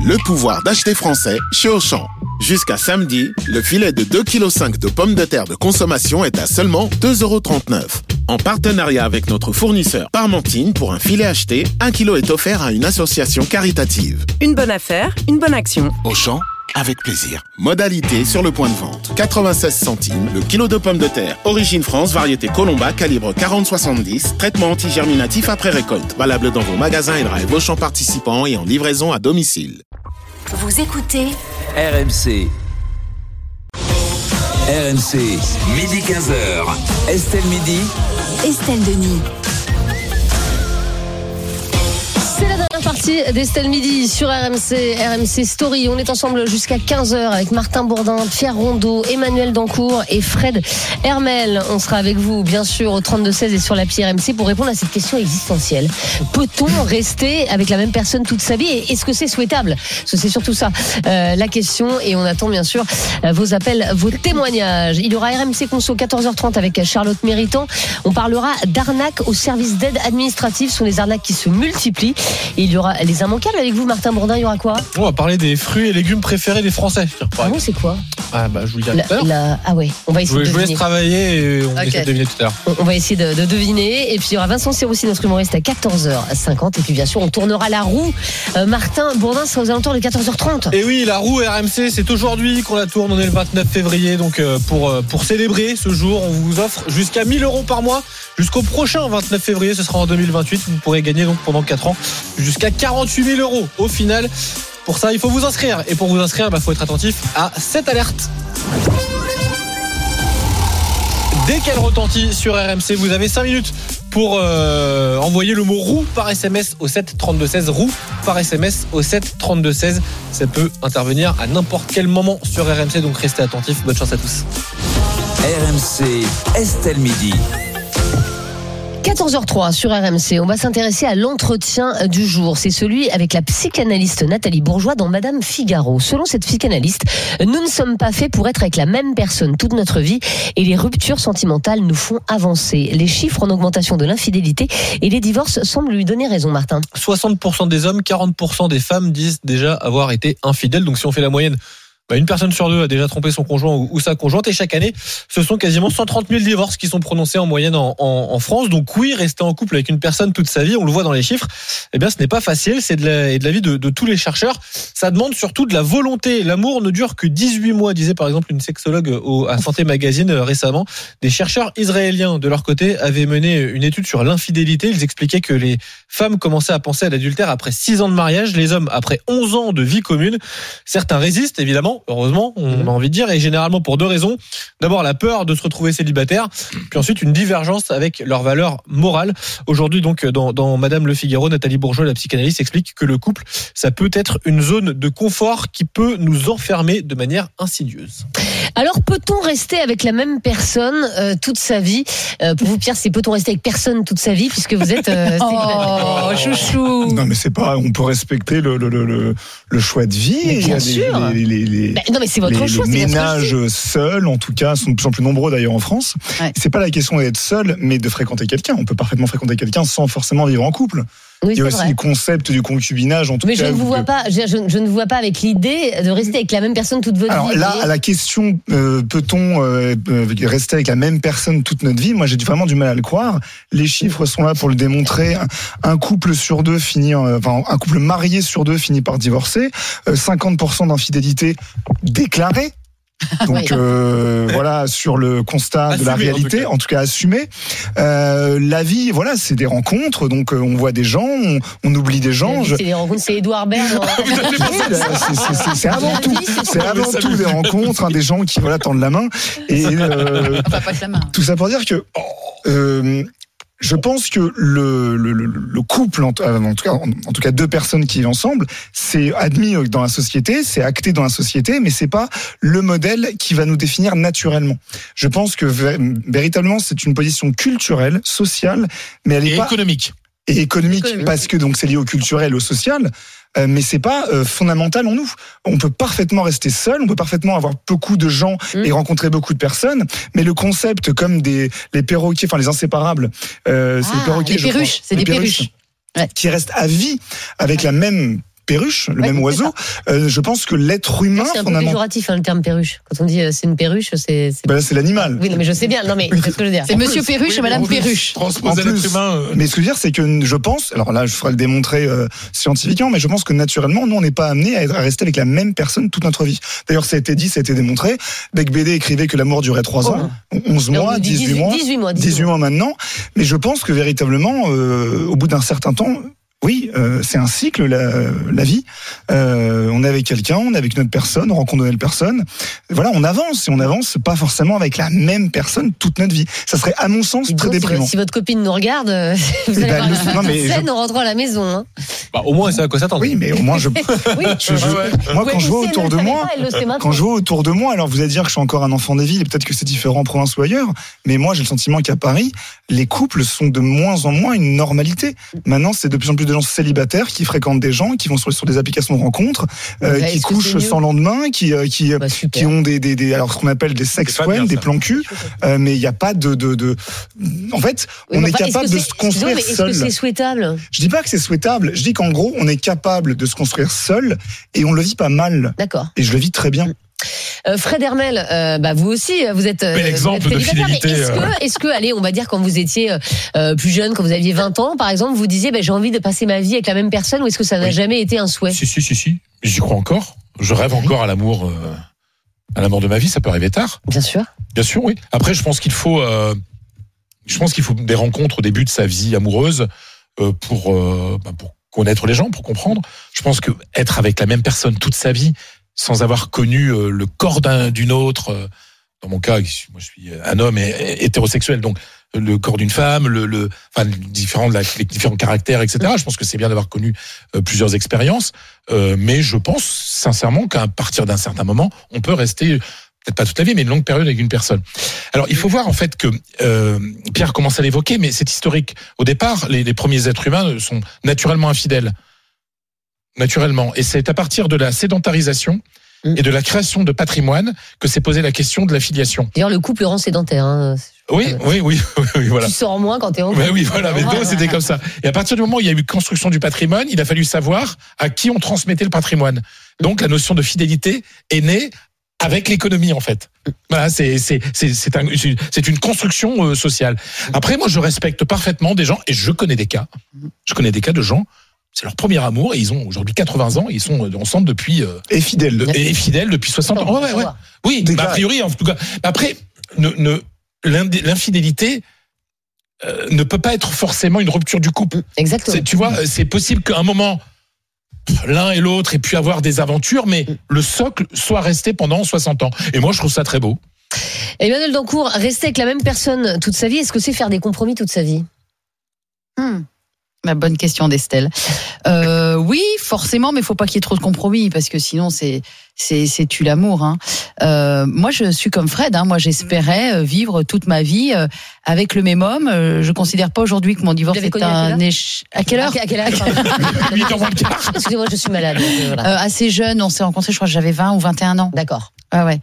Le pouvoir d'acheter français chez Auchan. Jusqu'à samedi, le filet de 2,5 kg de pommes de terre de consommation est à seulement 2,39 €. En partenariat avec notre fournisseur Parmentine, pour un filet acheté, 1 kg est offert à une association caritative. Une bonne affaire, une bonne action. Auchan, avec plaisir. Modalité sur le point de vente. 96 centimes le kilo de pommes de terre. Origine France, variété Colomba, calibre 40-70. Traitement antigerminatif après récolte. Valable dans vos magasins et drive Auchan participants et en livraison à domicile. Vous écoutez RMC. RMC, midi 15h. Estelle Midi. Estelle Denis. C'est la dernière partie d'Estelle Midi sur RMC Story. On est ensemble jusqu'à 15h avec Martin Bourdin, Pierre Rondeau, Emmanuel Dancourt et Fred Hermel. On sera avec vous, bien sûr, au 32-16 et sur l'appli RMC pour répondre à cette question existentielle. Peut-on rester avec la même personne toute sa vie et est-ce que c'est souhaitable ? Parce que c'est surtout ça la question et on attend bien sûr vos appels, vos témoignages. Il y aura RMC Conso 14h30 avec Charlotte Méritant. On parlera d'arnaques au service d'aide administrative. Ce sont des arnaques qui se multiplient. Et il y aura les immanquables avec vous, Martin Bourdin. Il y aura quoi ? On va parler des fruits et légumes préférés des Français. Ah bon, c'est quoi ? Ah bah je vous le dirai tout à l'heure. Ah ouais, on va essayer de deviner. Je vous laisse travailler et on essaie de deviner tout à l'heure. On va essayer de deviner. Et puis il y aura Vincent Serroussi, notre humoriste, à 14h50. Et puis bien sûr, on tournera la roue. Martin Bourdin sera aux alentours de 14h30. Et oui, la roue RMC, c'est aujourd'hui qu'on la tourne. On est le 29 février. Donc pour célébrer ce jour, on vous offre jusqu'à 1 000 € par mois. Jusqu'au prochain 29 février, ce sera en 2028. Vous pourrez gagner donc pendant 4 ans jusqu'à 48 000 € au final. Pour ça, il faut vous inscrire. Et pour vous inscrire, il faut être attentif à cette alerte. Dès qu'elle retentit sur RMC, vous avez 5 minutes pour envoyer le mot roue par SMS au 7 32 16. Roue par SMS au 7 32 16. Ça peut intervenir à n'importe quel moment sur RMC, donc restez attentifs. Bonne chance à tous. RMC, Estelle Midi. 14h03 sur RMC, on va s'intéresser à l'entretien du jour. C'est celui avec la psychanalyste Nathalie Bourgeois dans Madame Figaro. Selon cette psychanalyste, nous ne sommes pas faits pour être avec la même personne toute notre vie et les ruptures sentimentales nous font avancer. Les chiffres en augmentation de l'infidélité et les divorces semblent lui donner raison, Martin. 60% des hommes, 40% des femmes disent déjà avoir été infidèles. Donc si on fait la moyenne, une personne sur deux a déjà trompé son conjoint ou sa conjointe et chaque année, ce sont quasiment 130 000 divorces qui sont prononcés en moyenne en France. Donc oui, rester en couple avec une personne toute sa vie, on le voit dans les chiffres, eh bien ce n'est pas facile, c'est de l'avis de tous les chercheurs. Ça demande surtout de la volonté. L'amour ne dure que 18 mois, disait par exemple une sexologue à Santé Magazine récemment. Des chercheurs israéliens, de leur côté, avaient mené une étude sur l'infidélité. Ils expliquaient que les femmes commençaient à penser à l'adultère après 6 ans de mariage, les hommes après 11 ans de vie commune. Certains résistent, évidemment. Heureusement, on a envie de dire, et généralement pour 2 raisons. D'abord, la peur de se retrouver célibataire, puis ensuite une divergence avec leurs valeurs morales. Aujourd'hui, donc, dans Madame Le Figaro, Nathalie Bourgeois, la psychanalyste, explique que le couple, ça peut être une zone de confort qui peut nous enfermer de manière insidieuse. Alors, peut-on rester avec la même personne toute sa vie ? Pour vous, Pierre, c'est peut-on rester avec personne toute sa vie, puisque vous êtes Oh, chouchou. Non, mais c'est pas. On peut respecter le choix de vie. Mais bien sûr. Non, mais c'est votre choix. Les ménages seuls, en tout cas, sont de plus en plus nombreux d'ailleurs en France. Ouais. C'est pas la question d'être seul, mais de fréquenter quelqu'un. On peut parfaitement fréquenter quelqu'un sans forcément vivre en couple. Oui, il y a aussi le concept du concubinage, en tout mais cas. Mais je ne vous vois pas avec l'idée de rester avec la même personne toute votre vie. Alors là, la question, peut-on rester avec la même personne toute notre vie ? Moi, j'ai vraiment du mal à le croire. Les chiffres sont là pour le démontrer. Un couple sur deux un couple marié sur deux finit par divorcer. 50% d'infidélité déclarée. Donc voilà, sur le constat assumé, de la réalité, en tout cas assumé. La vie, voilà, c'est des rencontres. Donc on voit des gens, on oublie des gens. C'est des rencontres, c'est Édouard Baird. C'est avant tout des rencontres, des gens qui tendent la main. Et tout ça pour dire que je pense que le couple, en tout cas 2 personnes qui vivent ensemble, c'est admis dans la société, c'est acté dans la société, mais c'est pas le modèle qui va nous définir naturellement. Je pense que véritablement c'est une position culturelle, sociale, mais elle est pas économique. Et économique, parce que donc c'est lié au culturel, au social. Mais c'est pas fondamental en nous. On peut parfaitement rester seul, on peut parfaitement avoir beaucoup de gens et rencontrer beaucoup de personnes, mais le concept comme les perroquets, les inséparables, c'est les perroquets, les perruches, c'est des perruches. Qui restent à vie avec la même perruche, le même oiseau. Je pense que l'être humain, c'est un peu péjoratif, le terme perruche. Quand on dit c'est une perruche, c'est. Là, c'est l'animal. Oui, non, mais je sais bien. Non, mais c'est ce que je veux dire. C'est Monsieur Perruche et Madame Perruche. Transposer l'être humain. Mais ce que je veux dire, c'est que je pense, alors là, je ferai le démontrer scientifiquement, mais je pense que naturellement, nous, on n'est pas amené à rester avec la même personne toute notre vie. D'ailleurs, ça a été dit, ça a été démontré. Beck BD écrivait que l'amour durait 3 ans, 11 mois, 18 mois maintenant. Mais je pense que véritablement, au bout d'un certain temps, oui, c'est un cycle, la vie. On est avec quelqu'un, on est avec une autre personne, on rencontre une nouvelle personne. Voilà, on avance, et on avance pas forcément avec la même personne toute notre vie. Ça serait, à mon sens, très déprimant. Si votre copine nous regarde, vous allez avoir une scène en rentrant à la maison. Hein. Au moins, c'est à quoi s'attendre. Oui, mais au moins, moi, quand je vois autour de moi, alors vous allez dire que je suis encore un enfant des villes, et peut-être que c'est différent en province ou ailleurs, mais moi, j'ai le sentiment qu'à Paris, les couples sont de moins en moins une normalité. Maintenant, c'est de plus en plus de gens célibataires qui fréquentent des gens, qui vont sur des applications de rencontres, qui couchent sans lendemain, qui ont des alors ce qu'on appelle des sex friends, des plans cul, mais il n'y a pas en fait, on est capable de se construire seul. Est-ce que c'est souhaitable? Je dis pas que c'est souhaitable, je dis qu'en gros, on est capable de se construire seul et on le vit pas mal. D'accord. Et je le vis très bien. Fred Hermel, vous aussi, vous êtes bel exemple de fidélité. Est-ce que, allez, on va dire quand vous étiez plus jeune, quand vous aviez 20 ans, par exemple, vous disiez, j'ai envie de passer ma vie avec la même personne, ou est-ce que ça n'a jamais été un souhait? Si. J'y crois encore. Je rêve encore à l'amour de ma vie. Ça peut arriver tard. Bien sûr. Bien sûr, oui. Après, je pense qu'il faut des rencontres au début de sa vie amoureuse pour connaître les gens, pour comprendre. Je pense que être avec la même personne toute sa vie, sans avoir connu le corps d'une autre, dans mon cas, moi je suis un homme hétérosexuel, donc le corps d'une femme, les différents caractères, etc. Je pense que c'est bien d'avoir connu plusieurs expériences, mais je pense sincèrement qu'à partir d'un certain moment, on peut rester, peut-être pas toute la vie, mais une longue période avec une personne. Alors il faut voir en fait que, Pierre commence à l'évoquer, mais c'est historique. Au départ, les premiers êtres humains sont naturellement infidèles. Naturellement. Et c'est à partir de la sédentarisation et de la création de patrimoine que s'est posée la question de la filiation. D'ailleurs, le couple rend sédentaire. Hein. Oui, voilà. Tu sors moins quand t'es en couple. Oui, voilà. Mais donc, c'était comme ça. Et à partir du moment où il y a eu construction du patrimoine, il a fallu savoir à qui on transmettait le patrimoine. Donc, la notion de fidélité est née avec l'économie, en fait. Voilà, c'est une construction sociale. Après, moi, je respecte parfaitement des gens, et je connais des cas de gens, c'est leur premier amour, et ils ont aujourd'hui 80 ans, et ils sont ensemble depuis... et fidèles depuis 60 ans. Ouais. Oui, a priori, en tout cas. Après, l'infidélité ne peut pas être forcément une rupture du couple. Exactement. Tu vois, c'est possible qu'à un moment, l'un et l'autre aient pu avoir des aventures, mais le socle soit resté pendant 60 ans. Et moi, je trouve ça très beau. Emmanuel Dancourt, rester avec la même personne toute sa vie, est-ce que c'est faire des compromis toute sa vie? Ma bonne question d'Estelle. Oui, forcément, mais il faut pas qu'il y ait trop de compromis, parce que sinon c'est tue l'amour. Hein. Moi, je suis comme Fred. Hein. Moi, j'espérais vivre toute ma vie avec le même homme. Je considère pas aujourd'hui que mon divorce est un échec. À quelle heure? À quelle heure? Excusez-moi, je suis malade. Voilà. Assez jeune, on s'est rencontrés. Je crois que j'avais 20 ou 21 ans. D'accord. Ouais.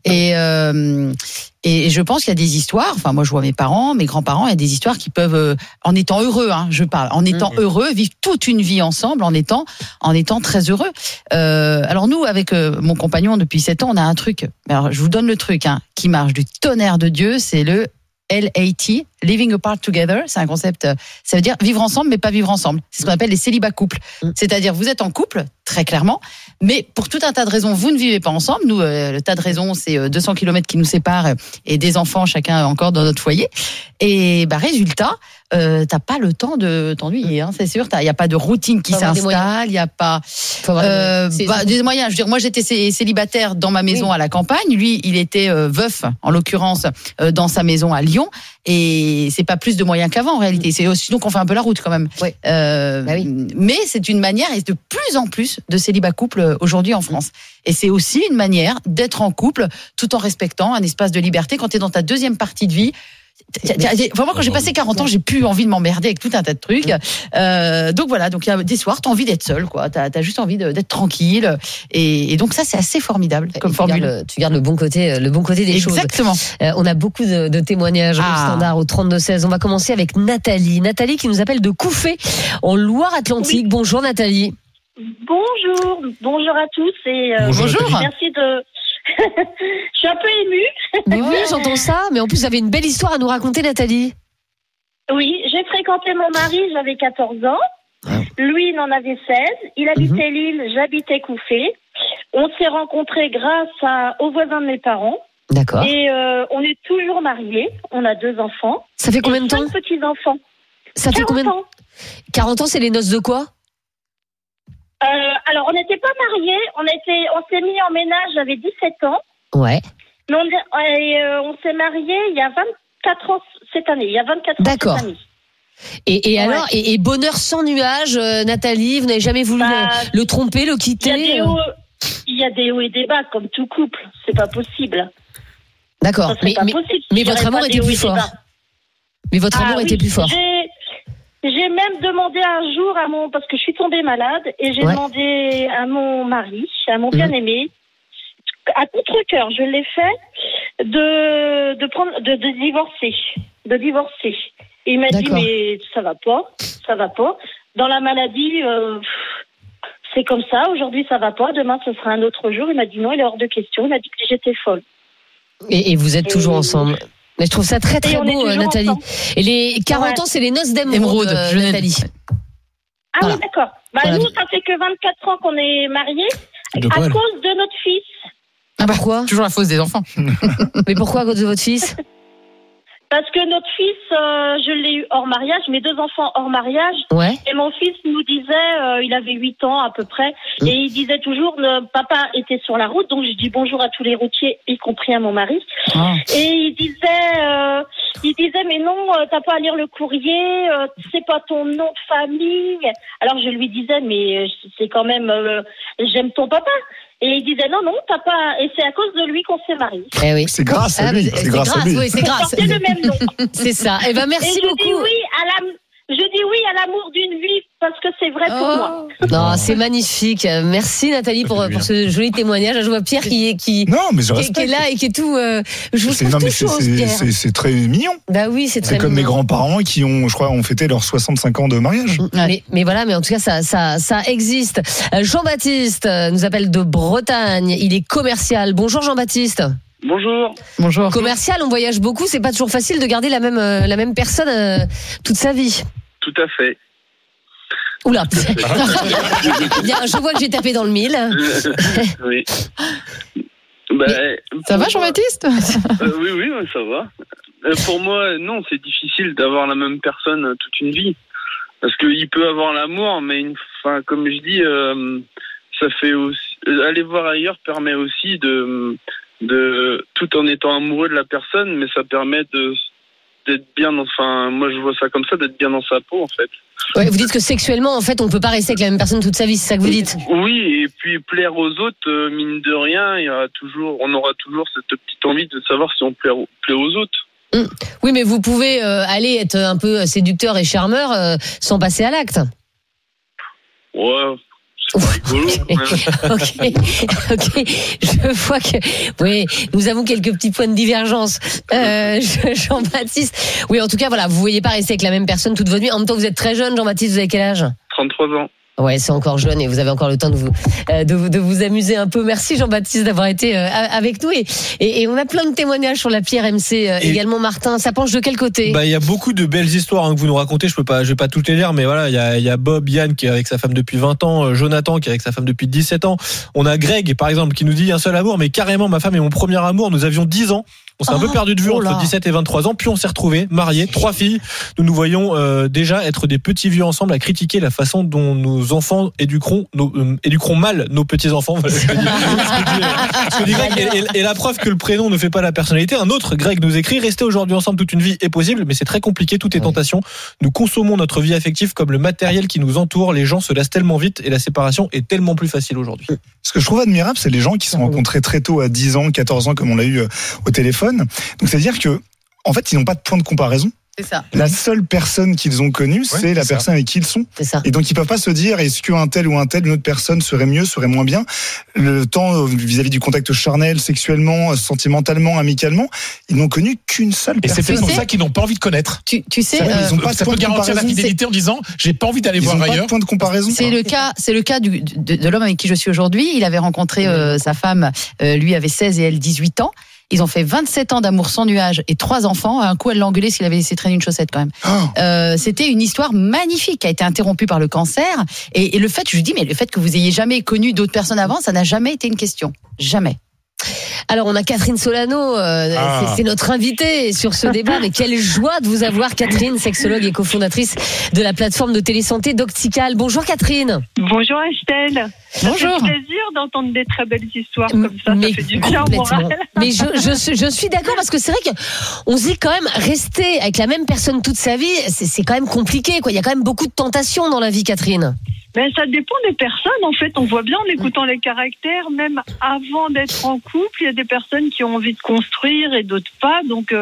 Et je pense qu'il y a des histoires, enfin moi je vois mes parents, mes grands-parents, il y a des histoires qui peuvent, en étant heureux, en étant heureux, vivre toute une vie ensemble, en étant très heureux. Alors nous, avec mon compagnon depuis 7 ans, on a un truc, alors je vous donne le truc, qui marche du tonnerre de Dieu, c'est le LAT, Living Apart Together, c'est un concept, ça veut dire vivre ensemble mais pas vivre ensemble. C'est ce qu'on appelle les célibats couples. C'est-à-dire vous êtes en couple, très clairement, mais pour tout un tas de raisons, vous ne vivez pas ensemble. Nous, le tas de raisons, c'est 200 km qui nous séparent et des enfants chacun encore dans notre foyer. Et résultat, t'as pas le temps de t'ennuyer, c'est sûr. Il y a pas de routine qui s'installe, il y a pas des moyens. Je veux dire, moi j'étais célibataire dans ma maison à la campagne. Lui, il était veuf, en l'occurrence, dans sa maison à Lyon. Et c'est pas plus de moyens qu'avant en réalité. C'est sinon qu'on fait un peu la route quand même. Oui. Mais c'est une manière, et de plus en plus de célibats couples aujourd'hui en France. Et c'est aussi une manière d'être en couple tout en respectant un espace de liberté quand tu es dans ta deuxième partie de vie. Vraiment, quand j'ai passé 40 ans, j'ai plus envie de m'emmerder avec tout un tas de trucs. Donc voilà, donc il y a des soirs, t'as envie d'être seul, quoi. T'as juste envie d'être tranquille. Et donc ça, c'est assez formidable comme formule. Tu gardes le bon côté des choses. Exactement. On a beaucoup de témoignages au standard au 32-16. On va commencer avec Nathalie. Nathalie qui nous appelle de Couffé, en Loire-Atlantique. Oui. Bonjour Nathalie. Bonjour à tous et Bonjour. merci de. Je suis un peu émue. Mais oui, j'entends ça. Mais en plus, vous avez une belle histoire à nous raconter, Nathalie. Oui, j'ai fréquenté mon mari, j'avais 14 ans. Lui, il en avait 16. Il habitait Lille, j'habitais Couffé. On s'est rencontrés grâce aux voisins de mes parents. D'accord. Et on est toujours mariés. On a 2 enfants. Ça fait combien de temps? 5 petits-enfants. Ça fait combien de temps? 40 ans, c'est les noces de quoi? Alors, on n'était pas mariés. On s'est mis en ménage, j'avais 17 ans. Ouais. Mais on s'est mariés il y a 24 ans cette année. Il y a 24 ans D'accord. cette année. Et alors, et bonheur sans nuage, Nathalie, vous n'avez jamais voulu le tromper, le quitter? Il y a des hauts et des bas, comme tout couple. C'est pas possible. D'accord. Ça serait pas possible. Mais votre amour était plus fort. Mais votre amour était plus fort. J'ai même demandé un jour parce que je suis tombée malade, et j'ai demandé à mon mari, à mon bien-aimé, à contre-cœur, je l'ai fait, de divorcer. Et il m'a dit, mais ça va pas. Dans la maladie, c'est comme ça. Aujourd'hui, ça va pas. Demain, ce sera un autre jour. Il m'a dit non, il est hors de question. Il m'a dit que j'étais folle. Et vous êtes toujours ensemble. Mais je trouve ça très très beau, Nathalie. Ensemble. Et les 40 ans, c'est les noces d'émeraude, Nathalie. Ah voilà. Oui, d'accord. Voilà. Nous, ça fait que 24 ans qu'on est mariés à cause de notre fils. Ah, pourquoi? Toujours la faute des enfants. Mais pourquoi à cause de votre fils? Parce que notre fils, je l'ai eu hors mariage, mes 2 enfants hors mariage. Ouais. Et mon fils nous disait, il avait 8 ans à peu près, et il disait toujours, papa était sur la route, donc je dis bonjour à tous les routiers, y compris à mon mari. Et il disait, mais non, t'as pas à lire le courrier, c'est pas ton nom de famille. Alors je lui disais, mais c'est quand même, j'aime ton papa. Et il disait non, t'as pas. Et c'est à cause de lui qu'on s'est mariés. Eh oui. C'est grâce à lui. C'est grâce à lui. Oui, c'est grâce. C'est le même nom. C'est ça. Eh ben merci beaucoup. Je dis oui à l'amour d'une vie parce que c'est vrai pour moi. Non, c'est magnifique. Merci Nathalie pour ce joli témoignage. Je vois Pierre qui est là et qui est tout. Je vous trouve tout chose, Pierre. C'est très mignon. Bah oui, c'est très mignon. C'est comme mes grands-parents qui ont fêté leurs 65 ans de mariage. Mais voilà, mais en tout cas ça existe. Jean-Baptiste nous appelle de Bretagne. Il est commercial. Bonjour Jean-Baptiste. Bonjour. Commercial, on voyage beaucoup. C'est pas toujours facile de garder la même personne toute sa vie. Tout à fait. Oula. Bien, je vois que j'ai tapé dans le mille. Oui. Ça va, Jean-Baptiste? Oui, ça va. Pour moi, non, c'est difficile d'avoir la même personne toute une vie. Parce qu'il peut avoir l'amour, mais comme je dis, ça fait aussi. Aller voir ailleurs permet aussi de tout en étant amoureux de la personne, mais ça permet d'être bien moi je vois ça comme ça, d'être bien dans sa peau en fait. Ouais, vous dites que sexuellement en fait on peut pas rester avec la même personne toute sa vie, c'est ça que vous dites? Oui, et puis plaire aux autres, mine de rien, on aura toujours cette petite envie de savoir si on plaît aux autres. Oui, mais vous pouvez aller être un peu séducteur et charmeur sans passer à l'acte. Ouais. Rigolo, ok. Je vois que oui, nous avons quelques petits points de divergence. Jean-Baptiste. Oui, en tout cas, voilà, vous ne voyez pas rester avec la même personne toute votre vie. En même temps, vous êtes très jeune, Jean-Baptiste. Vous avez quel âge? 33 ans. Ouais, c'est encore jeune et vous avez encore le temps de vous amuser un peu. Merci Jean-Baptiste d'avoir été avec nous et on a plein de témoignages sur l'appli RMC également. Martin, ça penche de quel côté? Il y a beaucoup de belles histoires que vous nous racontez. Je vais pas toutes les lire, mais voilà, il y a Bob, Yann qui est avec sa femme depuis 20 ans, Jonathan qui est avec sa femme depuis 17 ans. On a Greg par exemple qui nous dit un seul amour, mais carrément ma femme est mon premier amour. Nous avions 10 ans. On s'est un peu perdu de vue entre 17 et 23 ans, puis on s'est retrouvés, mariés, 3 filles. Nous voyons déjà être des petits vieux ensemble à critiquer la façon dont nos enfants éduqueront mal nos petits-enfants. Et la preuve que le prénom ne fait pas la personnalité. Un autre, Greg, nous écrit: rester aujourd'hui ensemble toute une vie est possible, mais c'est très compliqué, tout est tentation. Nous consommons notre vie affective comme le matériel qui nous entoure. Les gens se lassent tellement vite et la séparation est tellement plus facile aujourd'hui. Ce que je trouve admirable, c'est les gens qui se sont rencontrés très tôt, à 10 ans, 14 ans, comme on l'a eu au téléphone. Donc, c'est-à-dire que, en fait, ils n'ont pas de point de comparaison. C'est ça. La seule personne qu'ils ont connue, c'est la personne avec qui ils sont. C'est ça. Et donc ils peuvent pas se dire est-ce qu'un tel ou un tel, une autre personne serait mieux, serait moins bien. Le temps vis-à-vis du contact charnel, sexuellement, sentimentalement, amicalement, ils n'ont connu qu'une seule Et personne. c'est peut-être pour ça qu'ils n'ont pas envie de connaître. Tu sais, ils ont pas de ça point peut de garantir la comparaison. fidélité en disant j'ai pas envie d'aller Ils voir ont pas ailleurs. de point de comparaison. c'est le cas de l'homme avec qui je suis aujourd'hui. Il avait rencontré sa femme, lui avait 16 et elle 18 ans. Ils ont fait 27 ans d'amour sans nuage et 3 enfants. Un coup, elle l'a engueulé s'il avait laissé traîner une chaussette quand même. C'était une histoire magnifique qui a été interrompue par le cancer. Et le fait, je lui dis, mais le fait que vous ayez jamais connu d'autres personnes avant, ça n'a jamais été une question. Jamais. Alors, on a Catherine Solano, c'est notre invitée sur ce débat. Mais quelle joie de vous avoir, Catherine, sexologue et cofondatrice de la plateforme de télésanté Doctical. Bonjour, Catherine. Bonjour Estelle. Bonjour. Ça fait plaisir d'entendre des très belles histoires comme ça. Mais Ça fait du bien au complètement. moral. Mais je suis d'accord parce que c'est vrai qu'on se dit quand même rester avec la même personne toute sa vie, c'est quand même compliqué, quoi. Il y a quand même beaucoup de tentations dans la vie, Catherine. Mais ça dépend des personnes, en fait. On voit bien en écoutant les caractères, même avant d'être en couple, il y a des personnes qui ont envie de construire et d'autres pas. Donc,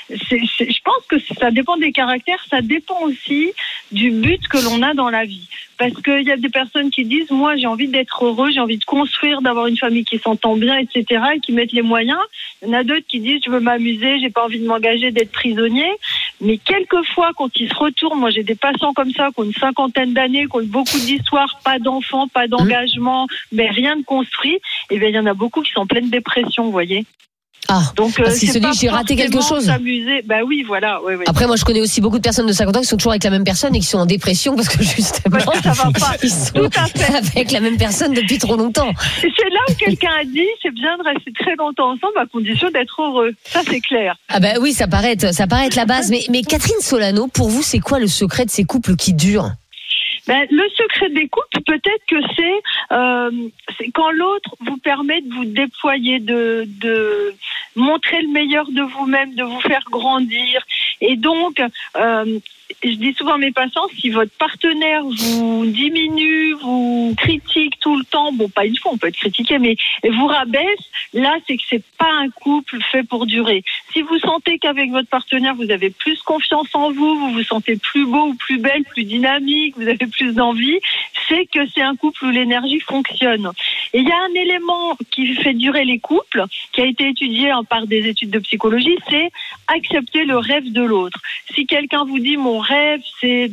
je pense que ça dépend des caractères. Ça dépend aussi du but que l'on a dans la vie. Parce qu'il y a des personnes qui disent, moi, j'ai envie d'être heureux, j'ai envie de construire, d'avoir une famille qui s'entend bien, etc., et qui mettent les moyens. Il y en a d'autres qui disent, je veux m'amuser, j'ai pas envie de m'engager, d'être prisonnier. Mais quelquefois, quand ils se retournent, moi, j'ai des patients comme ça, qui ont une 50aine d'années, qui ont eu beaucoup d'histoires, pas d'enfants, pas d'engagement, mais rien de construit. Et bien, il y en a beaucoup qui sont en pleine dépression, vous voyez. Ah, donc, parce qu'ils se disent, j'ai raté quelque chose. S'amuser. Bah oui, voilà. Ouais. Après, moi, je connais aussi beaucoup de personnes de 50 ans qui sont toujours avec la même personne et qui sont en dépression parce que justement, ça va pas. Ils sont avec la même personne depuis trop longtemps. Et c'est là où quelqu'un a dit, c'est bien de rester très longtemps ensemble à condition d'être heureux. Ça, c'est clair. Ah bah oui, ça paraît être la base. Mais Catherine Solano, pour vous, c'est quoi le secret de ces couples qui durent? Le secret des couples, peut-être que c'est quand l'autre vous permet de vous déployer, de montrer le meilleur de vous-même, de vous faire grandir. Et donc, je dis souvent à mes patients, si votre partenaire vous diminue, vous critique tout le temps, bon, pas une fois, on peut être critiqué, mais vous rabaisse, là, c'est que c'est pas un couple fait pour durer. Si vous sentez qu'avec votre partenaire, vous avez plus confiance en vous, vous vous sentez plus beau ou plus belle, plus dynamique, vous avez plus d'envie, c'est que c'est un couple où l'énergie fonctionne. Et il y a un élément qui fait durer les couples, qui a été étudié par des études de psychologie, c'est accepter le rêve de l'autre. Si quelqu'un vous dit, mon rêve, c'est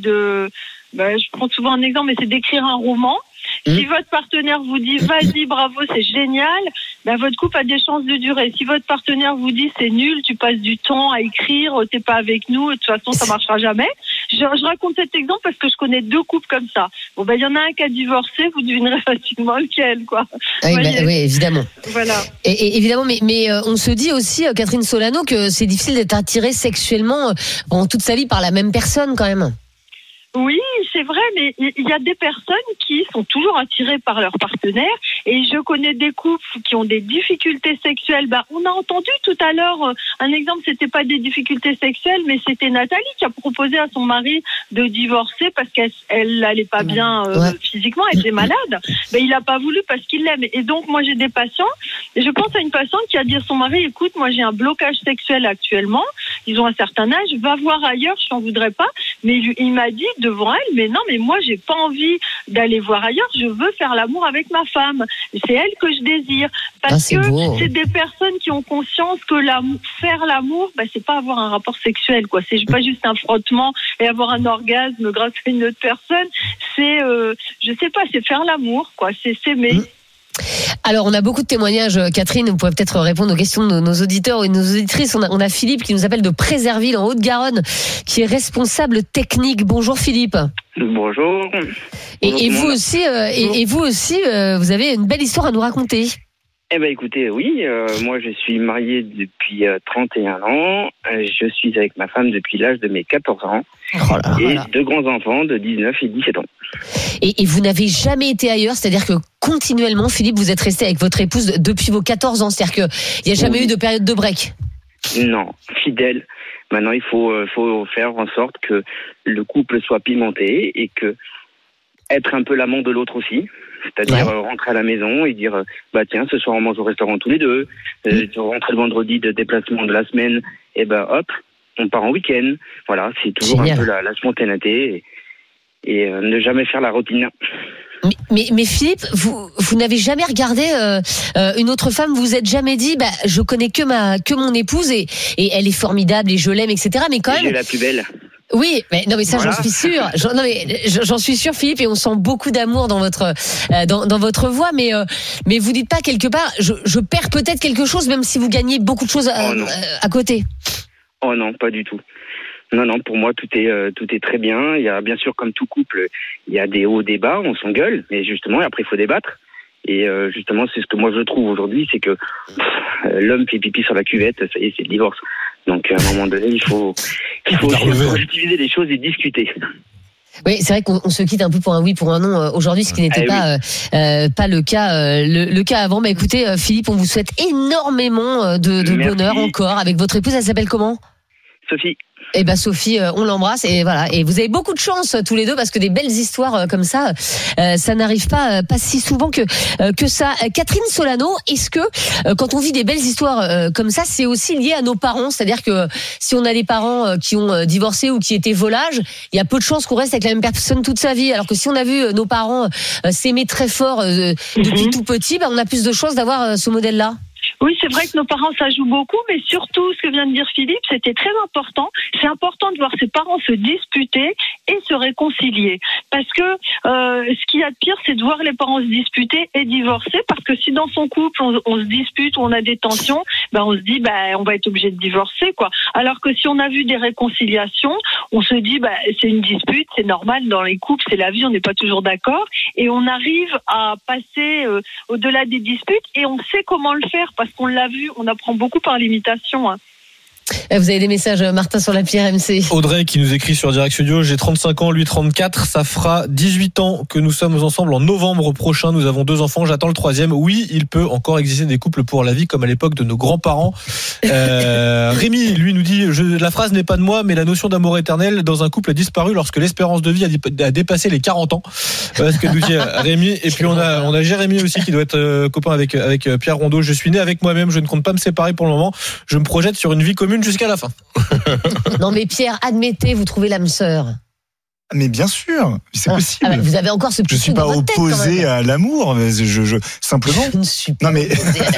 je prends souvent un exemple, mais c'est d'écrire un roman. Si votre partenaire vous dit vas-y, bravo, c'est génial, votre couple a des chances de durer. Si votre partenaire vous dit c'est nul, tu passes du temps à écrire, t'es pas avec nous, de toute façon ça marchera jamais. Je raconte cet exemple parce que je connais 2 couples comme ça. Bon, il y en a un qui a divorcé, vous devinerez facilement lequel, quoi. Oui, oui, évidemment. Voilà. Et évidemment, mais on se dit aussi, Catherine Solano, que c'est difficile d'être attiré sexuellement en toute sa vie par la même personne, quand même. Oui, c'est vrai, mais il y a des personnes qui sont toujours attirées par leur partenaire. Et je connais des couples qui ont des difficultés sexuelles. On a entendu tout à l'heure un exemple, c'était pas des difficultés sexuelles, mais c'était Nathalie qui a proposé à son mari de divorcer parce qu'elle allait pas bien physiquement, elle était malade. Il a pas voulu parce qu'il l'aime. Et donc moi j'ai des patients, et je pense à une patiente qui a dit à son mari, écoute, moi j'ai un blocage sexuel actuellement, ils ont un certain âge, va voir ailleurs, je t'en voudrais pas. Mais il m'a dit devant elle, mais non, mais moi j'ai pas envie d'aller voir ailleurs, je veux faire l'amour avec ma femme, c'est elle que je désire, parce que c'est des personnes qui ont conscience que faire l'amour, c'est pas avoir un rapport sexuel, quoi, c'est pas juste un frottement et avoir un orgasme grâce à une autre personne, c'est je sais pas, c'est faire l'amour, quoi, c'est s'aimer. Alors, on a beaucoup de témoignages, Catherine, vous pouvez peut-être répondre aux questions de nos auditeurs et de nos auditrices. On a Philippe qui nous appelle de Préserville, en Haute-Garonne, qui est responsable technique. Bonjour Philippe. Bonjour. Et vous aussi, vous avez une belle histoire à nous raconter. Écoutez, oui, moi je suis marié depuis 31 ans, je suis avec ma femme depuis l'âge de mes 14 ans, et 2 grands-enfants de 19 et 17 ans. Et vous n'avez jamais été ailleurs, c'est-à-dire que continuellement, Philippe, vous êtes resté avec votre épouse depuis vos 14 ans, c'est-à-dire qu'il n'y a jamais eu de période de break? Non, fidèle. Maintenant, il faut faire en sorte que le couple soit pimenté et que être un peu l'amant de l'autre aussi. C'est-à-dire rentrer à la maison et dire tiens, ce soir on mange au restaurant tous les deux, rentrer le vendredi de déplacement de la semaine, et hop, on part en week-end. Voilà, c'est toujours un peu la spontanéité et ne jamais faire la routine. Mais Philippe, vous n'avez jamais regardé une autre femme, vous vous êtes jamais dit, je connais que mon épouse et elle est formidable et je l'aime, etc. Mais quand même. J'ai la plus belle. Oui, mais non, mais ça, voilà. J'en suis sûre. J'en suis sûre, Philippe, et on sent beaucoup d'amour dans votre voix. Mais vous dites pas quelque part, je perds peut-être quelque chose, même si vous gagnez beaucoup de choses à côté. Oh non, pas du tout. Non, pour moi, tout est très bien. Il y a, bien sûr, comme tout couple, il y a des hauts, des bas, on s'engueule, mais justement, après, il faut débattre. Et justement, c'est ce que moi je trouve aujourd'hui, c'est que l'homme fait pipi sur la cuvette, ça y est, c'est le divorce. Donc, à un moment donné, il faut utiliser les choses et discuter. Oui, c'est vrai qu'on se quitte un peu pour un oui, pour un non aujourd'hui, ce qui n'était pas le cas le cas avant. Mais écoutez, Philippe, on vous souhaite énormément de bonheur encore avec votre épouse. Elle s'appelle comment ? Sophie. Eh ben Sophie, on l'embrasse et voilà. Et vous avez beaucoup de chance tous les deux parce que des belles histoires comme ça, ça n'arrive pas si souvent que ça. Catherine Solano, est-ce que quand on vit des belles histoires comme ça, c'est aussi lié à nos parents ? C'est-à-dire que si on a des parents qui ont divorcé ou qui étaient volages, il y a peu de chances qu'on reste avec la même personne toute sa vie. Alors que si on a vu nos parents s'aimer très fort depuis tout petit, on a plus de chances d'avoir ce modèle-là. Oui, c'est vrai que nos parents, ça joue beaucoup, mais surtout, ce que vient de dire Philippe, c'était très important. C'est important de voir ses parents se disputer et se réconcilier. Parce que ce qu'il y a de pire, c'est de voir les parents se disputer et divorcer. Parce que si dans son couple, on se dispute ou on a des tensions, on se dit, on va être obligé de divorcer, quoi. Alors que si on a vu des réconciliations, on se dit, c'est une dispute, c'est normal dans les couples, c'est la vie, on n'est pas toujours d'accord. Et on arrive à passer au-delà des disputes et on sait comment le faire. Parce qu'on l'a vu, on apprend beaucoup par l'imitation. Vous avez des messages, Martin, sur l'appli RMC. Audrey qui nous écrit sur Direct Studio, j'ai 35 ans, lui 34, ça fera 18 ans que nous sommes ensemble en novembre prochain, nous avons 2 enfants, j'attends le 3e. Oui, il peut encore exister des couples pour la vie comme à l'époque de nos grands-parents. Rémi, lui, nous dit, la phrase n'est pas de moi, mais la notion d'amour éternel dans un couple a disparu lorsque l'espérance de vie a dépassé les 40 ans. Voilà ce que nous dit Rémi. Et puis on a Jérémy aussi qui doit être copain avec Pierre Rondeau. Je suis né avec moi-même, je ne compte pas me séparer pour le moment, je me projette sur une vie commune jusqu'à la fin. Non mais Pierre, admettez, vous trouvez l'âme sœur. Mais bien sûr, c'est possible. Vous avez encore ce petit Je suis pas opposé à l'amour, mais je simplement. Je ne suis pas. Non mais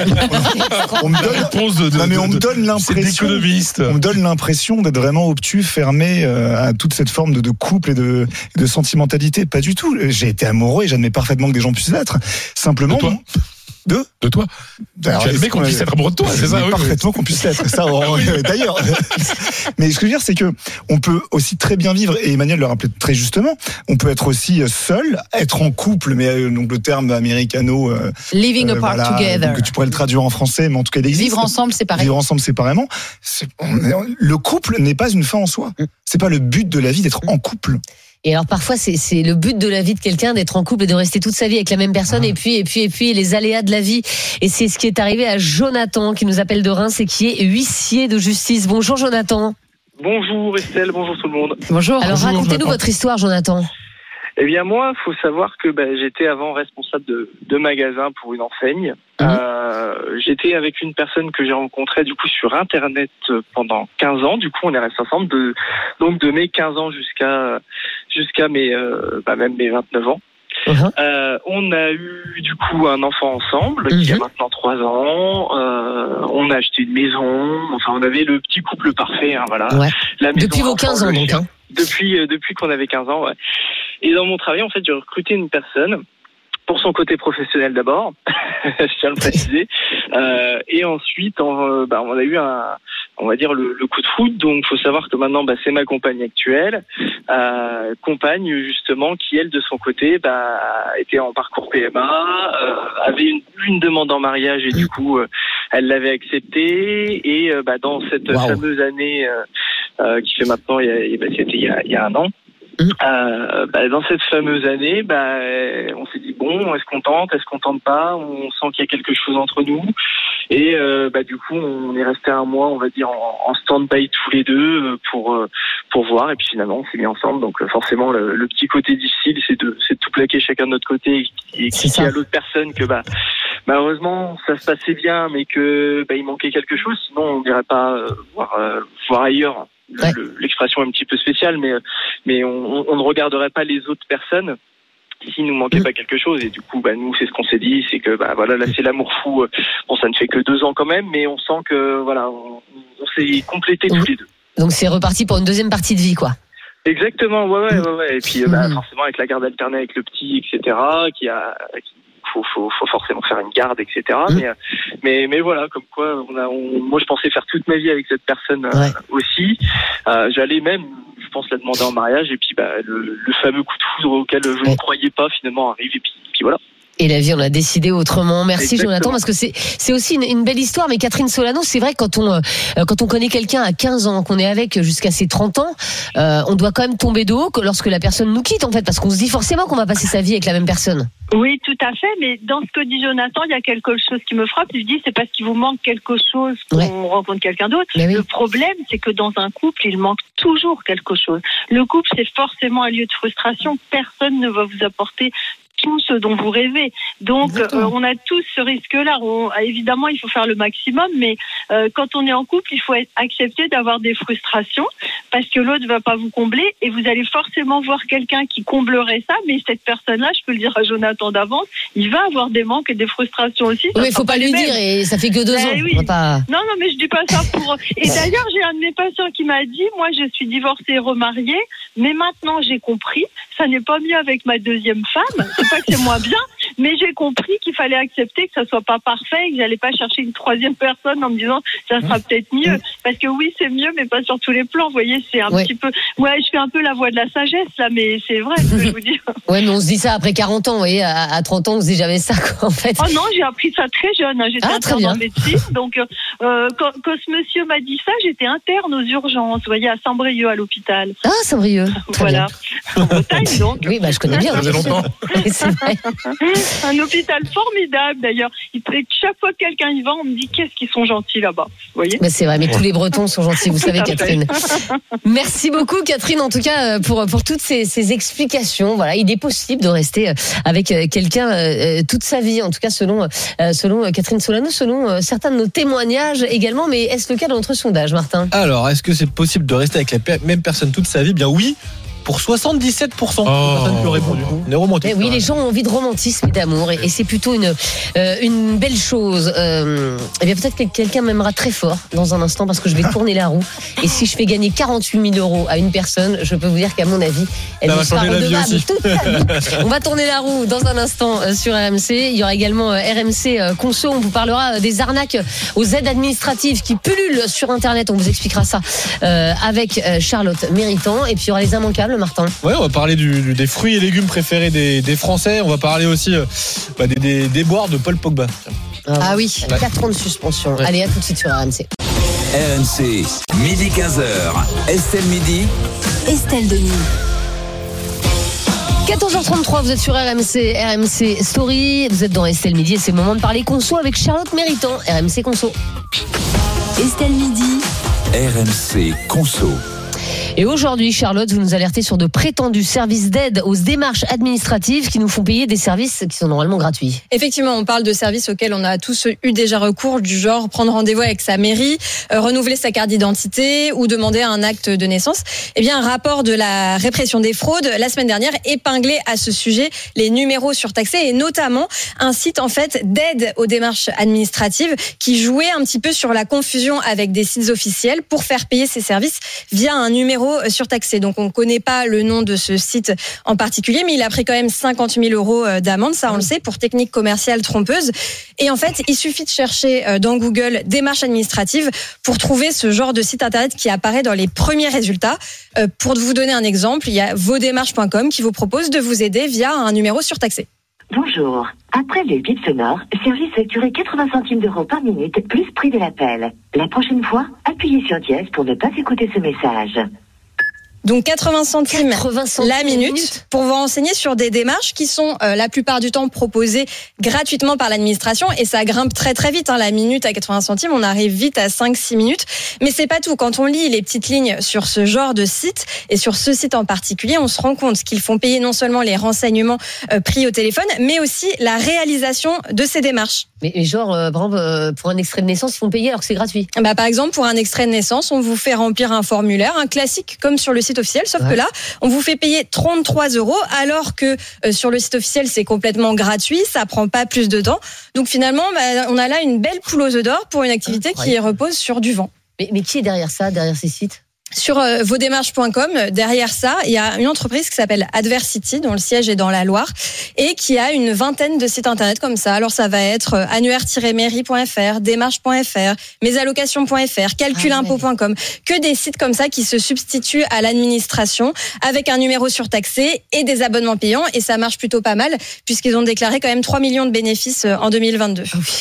on me donne l'impression. On me donne l'impression d'être vraiment obtus, fermé à toute cette forme de couple et de sentimentalité. Pas du tout. J'ai été amoureux et j'admets parfaitement que des gens puissent l'être. Simplement. De toi. Alors, tu admets qu'on puisse être amoureux de toi, c'est ça? Oui, parfaitement qu'on puisse l'être. Ça, d'ailleurs. Mais ce que je veux dire, c'est que on peut aussi très bien vivre, et Emmanuel le rappelait très justement, on peut être aussi seul, être en couple, mais donc le terme américano. Living apart together. Donc, tu pourrais le traduire en français, mais en tout cas, il existe. Vivre ensemble séparément. Vivre ensemble séparément. Le couple n'est pas une fin en soi. C'est pas le but de la vie d'être en couple. Et alors parfois c'est le but de la vie de quelqu'un d'être en couple et de rester toute sa vie avec la même personne et puis les aléas de la vie. Et c'est ce qui est arrivé à Jonathan qui nous appelle de Reims et qui est huissier de justice. Bonjour Jonathan. Bonjour Estelle, bonjour tout le monde. Bonjour. Alors racontez-nous votre histoire Jonathan. Eh bien moi, faut savoir que j'étais avant responsable de magasin pour une enseigne. J'étais avec une personne que j'ai rencontrée du coup sur Internet pendant 15 ans. Du coup, on est restés ensemble de mes 15 ans jusqu'à mes même mes 29 ans. On a eu du coup un enfant ensemble qui a maintenant 3 ans. On a acheté une maison. Enfin, on avait le petit couple parfait. Voilà. Ouais. La maison, depuis vos 15 ans donc. Depuis qu'on avait 15 ans. Ouais. Et dans mon travail, en fait, j'ai recruté une personne pour son côté professionnel d'abord, je tiens à le préciser. Et ensuite, on a eu le coup de foudre. Donc, il faut savoir que maintenant, c'est ma compagne actuelle, compagne justement qui, elle, de son côté, était en parcours PMA, avait une demande en mariage et du coup, elle l'avait acceptée. Et dans cette fameuse année qui fait maintenant, il y a un an. Dans cette fameuse année, on s'est dit est-ce qu'on tente pas, on sent qu'il y a quelque chose entre nous et du coup on est resté un mois on va dire en stand-by tous les deux pour voir et puis finalement on s'est mis ensemble donc forcément le petit côté difficile c'est de tout plaquer chacun de notre côté et expliquer à l'autre personne que malheureusement ça se passait bien mais que il manquait quelque chose sinon on n'irait pas voir ailleurs. l'expression est un petit peu spéciale, mais on ne regarderait pas les autres personnes s'il nous manquait pas quelque chose. Et du coup, nous, c'est ce qu'on s'est dit, c'est que là, c'est l'amour fou. Bon, ça ne fait que 2 ans quand même, mais on sent que on s'est complétés tous les deux. Donc c'est reparti pour une deuxième partie de vie, quoi. Exactement, ouais. Et puis forcément avec la garde alternée avec le petit, etc. Faut forcément faire une garde, etc. Mais voilà, comme quoi moi je pensais faire toute ma vie avec cette personne aussi. J'allais même, je pense, la demander en mariage, et puis le fameux coup de foudre auquel je ne croyais pas finalement arrive, et puis voilà. Et la vie, on a décidé autremment. Merci Exactement. Jonathan, parce que c'est aussi une belle histoire. Mais Catherine Solano, c'est vrai, quand on connaît quelqu'un à 15 ans, qu'on est avec jusqu'à ses 30 ans, on doit quand même tomber de haut lorsque la personne nous quitte, en fait, parce qu'on se dit forcément qu'on va passer sa vie avec la même personne. Oui, tout à fait. Mais dans ce que dit Jonathan, il y a quelque chose qui me frappe. Il dit c'est parce qu'il vous manque quelque chose qu'on rencontre quelqu'un d'autre. Oui. Le problème, c'est que dans un couple, il manque toujours quelque chose. Le couple, c'est forcément un lieu de frustration. Personne ne va vous apporter tout ce dont vous rêvez. Donc, on a tous ce risque-là. Évidemment, il faut faire le maximum, mais quand on est en couple, il faut accepter d'avoir des frustrations parce que l'autre ne va pas vous combler, et vous allez forcément voir quelqu'un qui comblerait ça, mais cette personne-là, je peux le dire à Jonathan d'avance, il va avoir des manques et des frustrations aussi. Oui, il ne faut pas lui dire, et ça fait que 2 ans. Oui. Non, mais je dis pas ça pour... Et d'ailleurs, j'ai un de mes patients qui m'a dit, moi, je suis divorcée et remariée, mais maintenant, j'ai compris, ça n'est pas mieux avec ma deuxième femme. C'est pas que c'est moins bien, mais j'ai compris qu'il fallait accepter que ça soit pas parfait, que j'allais pas chercher une troisième personne en me disant ça sera peut-être mieux, parce que oui, c'est mieux, mais pas sur tous les plans. Vous voyez, c'est un petit peu, je fais un peu la voix de la sagesse là, mais c'est vrai ce que je vous dis. Ouais, mais on se dit ça après 40 ans, vous voyez, à 30 ans, on se dit jamais ça, quoi, en fait. Oh non, j'ai appris ça très jeune. J'étais interne en médecine, donc quand ce monsieur m'a dit ça, j'étais interne aux urgences, vous voyez, à Saint-Brieuc, à l'hôpital. Ah, Saint-Brieuc. Voilà. En Bretagne, donc. Oui, je connais bien. Ça faisait longtemps. C'est vrai. Un hôpital formidable d'ailleurs. Chaque fois que quelqu'un y va, on me dit qu'est-ce qu'ils sont gentils là-bas. Vous voyez ? C'est vrai, mais tous les Bretons sont gentils, vous savez, Catherine. Merci beaucoup, Catherine, en tout cas, pour toutes ces explications. Voilà, il est possible de rester avec quelqu'un toute sa vie, en tout cas selon Catherine Solano, selon certains de nos témoignages également. Mais est-ce le cas dans notre sondage, Martin ? Alors, est-ce que c'est possible de rester avec la même personne toute sa vie ? Bien oui. Pour 77% des personnes qui ont répondu. On est romantique. Oui, les gens ont envie de romantisme et d'amour, et c'est plutôt une belle chose. Eh bien, peut-être que quelqu'un m'aimera très fort dans un instant, parce que je vais tourner la roue. Et si je fais gagner 48 000 euros à une personne, je peux vous dire qu'à mon avis, elle me sera redevable toute sa vie. On va tourner la roue dans un instant sur RMC. Il y aura également RMC Conso. On vous parlera des arnaques aux aides administratives qui pullulent sur Internet. On vous expliquera ça avec Charlotte Méritant. Et puis il y aura les immanquables, Martin. Ouais, on va parler des fruits et légumes préférés des Français. On va parler aussi des déboires de Paul Pogba. Ah oui, 4 ans de suspension. Ouais. Allez, à tout de suite sur RMC. RMC, midi 15h. Estelle Midi. Estelle Denis. 14h33, vous êtes sur RMC Story. Vous êtes dans Estelle Midi et c'est le moment de parler conso avec Charlotte Méritant. RMC Conso. Estelle Midi. RMC Conso. Et aujourd'hui, Charlotte, vous nous alertez sur de prétendus services d'aide aux démarches administratives qui nous font payer des services qui sont normalement gratuits. Effectivement, on parle de services auxquels on a tous eu déjà recours, du genre prendre rendez-vous avec sa mairie, renouveler sa carte d'identité ou demander un acte de naissance. Eh bien, un rapport de la répression des fraudes, la semaine dernière, épinglait à ce sujet les numéros surtaxés et notamment un site, en fait, d'aide aux démarches administratives qui jouait un petit peu sur la confusion avec des sites officiels pour faire payer ces services via un numéro surtaxé. Donc, on ne connaît pas le nom de ce site en particulier, mais il a pris quand même 50 000 euros d'amende, ça on le sait, pour technique commerciale trompeuse. Et en fait, il suffit de chercher dans Google démarche administrative pour trouver ce genre de site internet qui apparaît dans les premiers résultats. Pour vous donner un exemple, il y a vosdémarches.com qui vous propose de vous aider via un numéro surtaxé. Bonjour. Après le bip sonore, service facturé 80 centimes d'euros par minute, plus prix de l'appel. La prochaine fois, appuyez sur dièse pour ne pas écouter ce message. Donc 80 centimes la minute pour vous renseigner sur des démarches qui sont la plupart du temps proposées gratuitement par l'administration et ça grimpe très très vite. La minute à 80 centimes, on arrive vite à 5-6 minutes. Mais c'est pas tout. Quand on lit les petites lignes sur ce genre de site et sur ce site en particulier, on se rend compte qu'ils font payer non seulement les renseignements pris au téléphone, mais aussi la réalisation de ces démarches. Mais genre, par exemple, pour un extrait de naissance, ils font payer alors que c'est gratuit. Par exemple, pour un extrait de naissance, on vous fait remplir un formulaire, un classique comme sur le site officiel, sauf que là, on vous fait payer 33 €, alors que sur le site officiel, c'est complètement gratuit, ça prend pas plus de temps. Donc finalement, on a là une belle poule aux œufs d'or pour une activité qui repose sur du vent. Mais qui est derrière ça, derrière ces sites ? Sur vosdémarches.com, derrière ça, il y a une entreprise qui s'appelle Adversity, dont le siège est dans la Loire, et qui a une vingtaine de sites internet comme ça. Alors ça va être annuaire-mairie.fr, démarche.fr, mesallocations.fr, calculimpôt.com, que des sites comme ça qui se substituent à l'administration avec un numéro surtaxé et des abonnements payants, et ça marche plutôt pas mal puisqu'ils ont déclaré quand même 3 millions de bénéfices en 2022.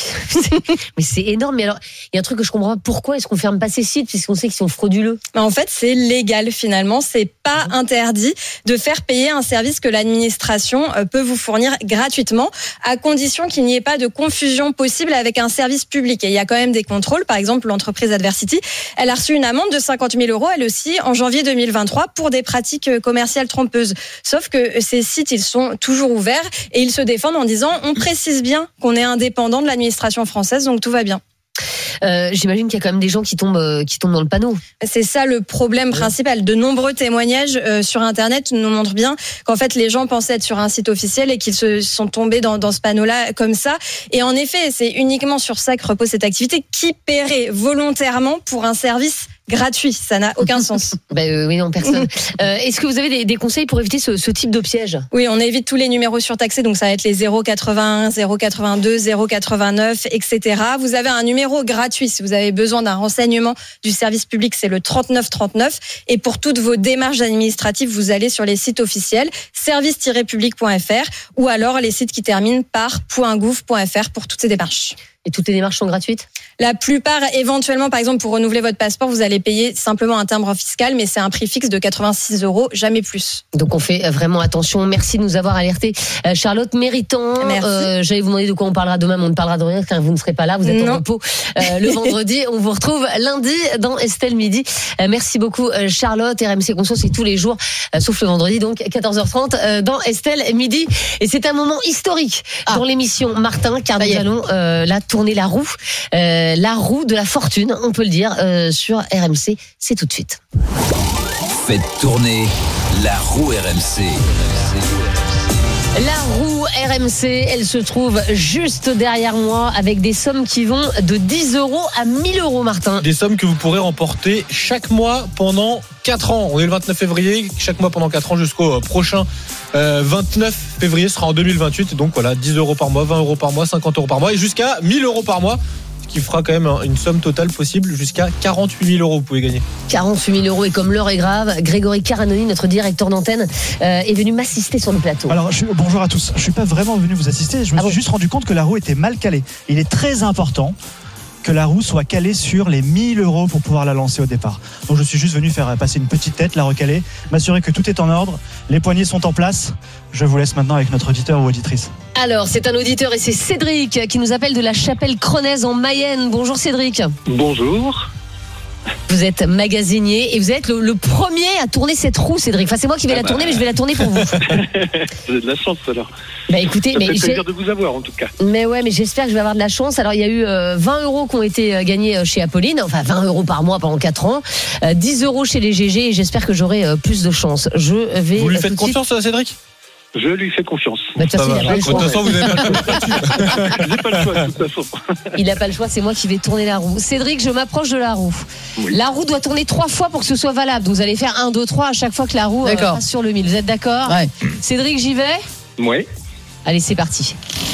Mais c'est énorme. Mais alors, il y a un truc que je comprends pas. Pourquoi est-ce qu'on ferme pas ces sites puisqu'on sait qu'ils sont frauduleux ? En fait, c'est légal finalement. C'est pas interdit de faire payer un service que l'administration peut vous fournir gratuitement, à condition qu'il n'y ait pas de confusion possible avec un service public. Et il y a quand même des contrôles. Par exemple, l'entreprise Adversity, elle a reçu une amende de 50 000 €, elle aussi, en janvier 2023, pour des pratiques commerciales trompeuses. Sauf que ces sites, ils sont toujours ouverts et ils se défendent en disant on précise bien qu'on est indépendant de l'administration française, donc tout va bien. J'imagine qu'il y a quand même des gens qui tombent dans le panneau. C'est ça le problème principal. De nombreux témoignages sur Internet nous montrent bien qu'en fait les gens pensaient être sur un site officiel et qu'ils se sont tombés dans ce panneau-là comme ça. Et en effet, c'est uniquement sur ça que repose cette activité. Qui paierait volontairement pour un service gratuit? Ça n'a aucun sens. Oui, non, personne. Est-ce que vous avez des conseils pour éviter ce type de piège? Oui, on évite tous les numéros surtaxés, donc ça va être les 081, 082, 089, etc. Vous avez un numéro gratuit si vous avez besoin d'un renseignement du service public, c'est le 3939. Et pour toutes vos démarches administratives, vous allez sur les sites officiels, service-public.fr, ou alors les sites qui terminent par .gouv.fr pour toutes ces démarches. Et toutes les démarches sont gratuites? La plupart, éventuellement, par exemple, pour renouveler votre passeport, vous allez payer simplement un timbre fiscal, mais c'est un prix fixe de 86 €, jamais plus. Donc on fait vraiment attention. Merci de nous avoir alertés. Charlotte Méritant, j'allais vous demander de quoi on parlera demain, mais on ne parlera de rien car vous ne serez pas là, vous êtes en repos le vendredi. On vous retrouve lundi dans Estelle Midi. Merci beaucoup Charlotte. RMC Conscience, c'est tous les jours, sauf le vendredi, donc 14h30 dans Estelle Midi. Et c'est un moment historique dans l'émission Martin, car nous allons tourner la roue de la fortune, on peut le dire, sur RMC. C'est tout de suite. Faites tourner la roue RMC. La roue RMC, elle se trouve juste derrière moi avec des sommes qui vont de 10 € à 1000 €, Martin. Des sommes que vous pourrez remporter chaque mois pendant 4 ans. On est le 29 février, chaque mois pendant 4 ans jusqu'au prochain 29 février sera en 2028. Donc voilà, 10 € par mois, 20 € par mois, 50 € par mois et jusqu'à 1000 € par mois. Ce qui fera quand même une somme totale possible jusqu'à 48 000 € vous pouvez gagner. 48 000 € et comme l'heure est grave, Grégory Caranoni, notre directeur d'antenne, est venu m'assister sur le plateau. Alors bonjour à tous, je suis pas vraiment venu vous assister, je me suis juste rendu compte que la roue était mal calée. Il est très important que la roue soit calée sur les 1000 € pour pouvoir la lancer au départ. Donc je suis juste venu faire passer une petite tête, la recaler, m'assurer que tout est en ordre, les poignées sont en place. Je vous laisse maintenant avec notre auditeur ou auditrice. Alors, c'est un auditeur et c'est Cédric qui nous appelle de la Chapelle-Crenaise en Mayenne. Bonjour Cédric. Bonjour. Vous êtes magasinier et vous êtes le premier à tourner cette roue, Cédric. Enfin, c'est moi qui vais la tourner, mais je vais la tourner pour vous. Vous avez de la chance alors. Écoutez, ça fait plaisir de vous avoir en tout cas. Mais j'espère que je vais avoir de la chance. Alors, il y a eu 20 € qui ont été gagnés chez Apolline, enfin 20 € par mois pendant 4 ans, 10 € chez les GG et j'espère que j'aurai plus de chance. Vous lui faites confiance à Cédric ? Je lui fais confiance. De toute façon, de toute façon, vous n'avez pas le choix. Je n'ai pas le choix, de toute façon. Il n'a pas le choix, c'est moi qui vais tourner la roue. Cédric, je m'approche de la roue. Oui. La roue doit tourner 3 fois pour que ce soit valable. Vous allez faire 1, 2, 3 à chaque fois que la roue passe sur le 1000. Vous êtes d'accord? Ouais. Cédric, j'y vais? Oui. Allez, c'est parti.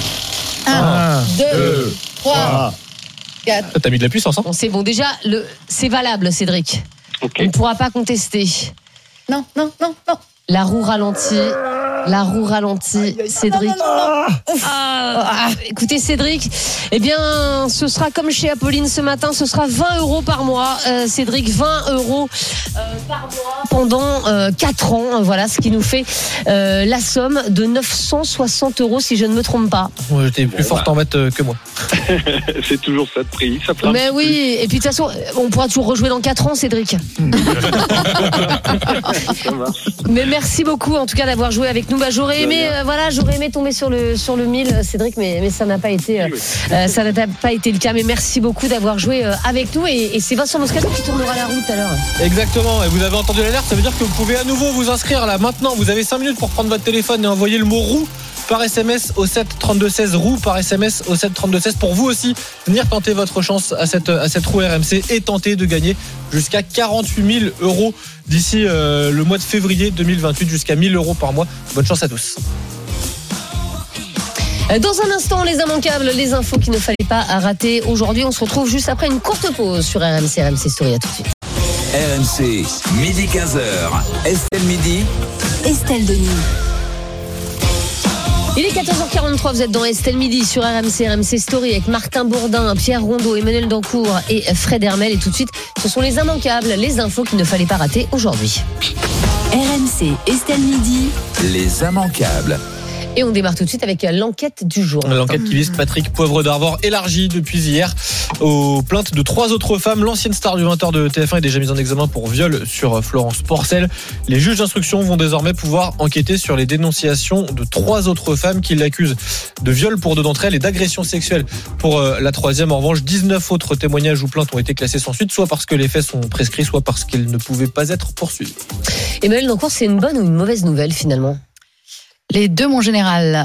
1, 2, 3, 4. T'as mis de la puissance, hein? Bon, c'est bon. Déjà, c'est valable, Cédric. Okay. On ne pourra pas contester. Non. La roue ralentit. Cédric. Écoutez, Cédric, ce sera comme chez Apolline ce matin, ce sera 20 € par mois. Cédric, 20 € par mois pendant 4 ans. Voilà, ce qui nous fait la somme de 960 € si je ne me trompe pas. Ouais, j'étais plus forte en maths que moi. C'est toujours ça de prix. Ça Mais oui, et puis de toute façon, on pourra toujours rejouer dans 4 ans, Cédric. Ça marche. Mais merci beaucoup en tout cas d'avoir joué avec nous. nous. J'aurais aimé tomber sur le 1000, Cédric, mais ça n'a pas été le cas. Mais merci beaucoup d'avoir joué avec nous. Et c'est Vincent Moscato qui tournera la roue tout à l'heure. Exactement. Et vous avez entendu l'alerte, ça veut dire que vous pouvez à nouveau vous inscrire là maintenant. Vous avez 5 minutes pour prendre votre téléphone et envoyer le mot roue par SMS au 7 32 16, roue par SMS au 7 32 16 pour vous aussi venir tenter votre chance à cette roue RMC et tenter de gagner jusqu'à 48 000 euros d'ici le mois de février 2028, jusqu'à 1 000 euros par mois. Bonne chance à tous. Dans un instant, les immanquables, les infos qu'il ne fallait pas rater. Aujourd'hui, on se retrouve juste après une courte pause sur RMC Story. À tout de suite. RMC, midi 15h. Estelle Midi. Estelle Denis. Il est 14h43, vous êtes dans Estelle Midi sur RMC Story avec Martin Bourdin, Pierre Rondeau, Emmanuel Dancourt et Fred Hermel. Et tout de suite, ce sont les immanquables, les infos qu'il ne fallait pas rater aujourd'hui. RMC Estelle Midi. Les immanquables. Et on démarre tout de suite avec l'enquête du jour. L'enquête qui vise Patrick Poivre d'Arvor, élargie depuis hier aux plaintes de 3 autres femmes. L'ancienne star du 20h de TF1 est déjà mise en examen pour viol sur Florence Porcel. Les juges d'instruction vont désormais pouvoir enquêter sur les dénonciations de 3 autres femmes qui l'accusent de viol pour 2 d'entre elles et d'agression sexuelle pour la 3e. En revanche, 19 autres témoignages ou plaintes ont été classés sans suite, soit parce que les faits sont prescrits, soit parce qu'ils ne pouvaient pas être poursuivis. Emmanuel Dancourt, c'est une bonne ou une mauvaise nouvelle finalement ? Les deux, mon général.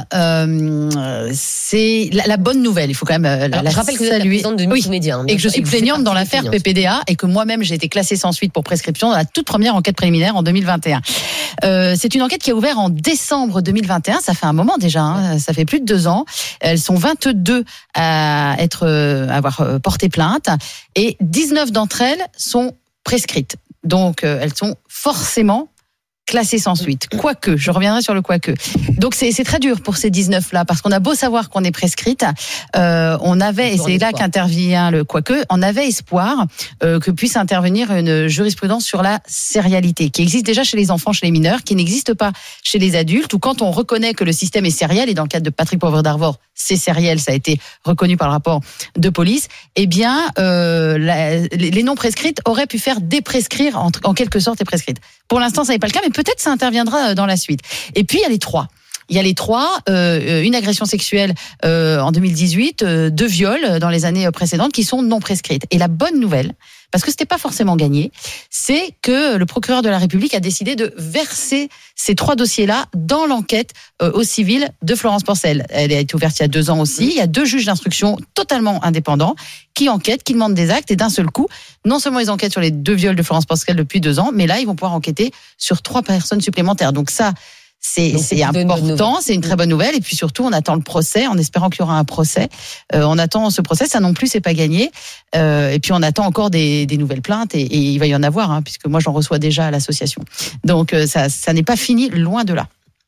C'est la bonne nouvelle. Il faut quand même je rappelle que vous êtes la présidente de Midi Média. Et que je suis plaignante dans l'affaire PPDA et que moi-même j'ai été classée sans suite pour prescription dans la toute première enquête préliminaire en 2021. C'est une enquête qui a ouvert en décembre 2021. Ça fait un moment déjà. Ça fait plus de 2 ans. Elles sont 22 à avoir porté plainte et 19 d'entre elles sont prescrites. Donc elles sont forcément classées sans suite. Quoique, je reviendrai sur le quoique. Donc c'est très dur pour ces 19-là, parce qu'on a beau savoir qu'on est prescrite, on avait, et c'est là qu'intervient le quoique, on avait espoir que puisse intervenir une jurisprudence sur la sérialité, qui existe déjà chez les enfants, chez les mineurs, qui n'existe pas chez les adultes, ou quand on reconnaît que le système est sériel, et dans le cadre de Patrick Poivre d'Arvor, c'est sériel, ça a été reconnu par le rapport de police, eh bien, les non prescrites auraient pu faire déprescrire, en quelque sorte, les prescrites. Pour l'instant, ça n'est pas le cas, mais peut-être ça interviendra dans la suite. Et puis, il y a les 3. Il y a les 3, une agression sexuelle en 2018, 2 viols dans les années précédentes qui sont non prescrites. Et la bonne nouvelle, parce que c'était pas forcément gagné, c'est que le procureur de la République a décidé de verser ces 3 dossiers-là dans l'enquête au civil de Florence Porcel. Elle a été ouverte il y a 2 ans aussi. Il y a 2 juges d'instruction totalement indépendants qui enquêtent, qui demandent des actes, et d'un seul coup, non seulement ils enquêtent sur les 2 viols de Florence Porcel depuis 2 ans, mais là, ils vont pouvoir enquêter sur 3 personnes supplémentaires. Donc ça, c'est important, c'est une très bonne nouvelle. Et puis surtout, on attend le procès, en espérant qu'il y aura un procès. On attend ce procès, ça non plus, c'est pas gagné. Et puis on attend encore des nouvelles plaintes, et il va y en avoir, puisque moi j'en reçois déjà à l'association. Donc ça n'est pas fini, loin de là.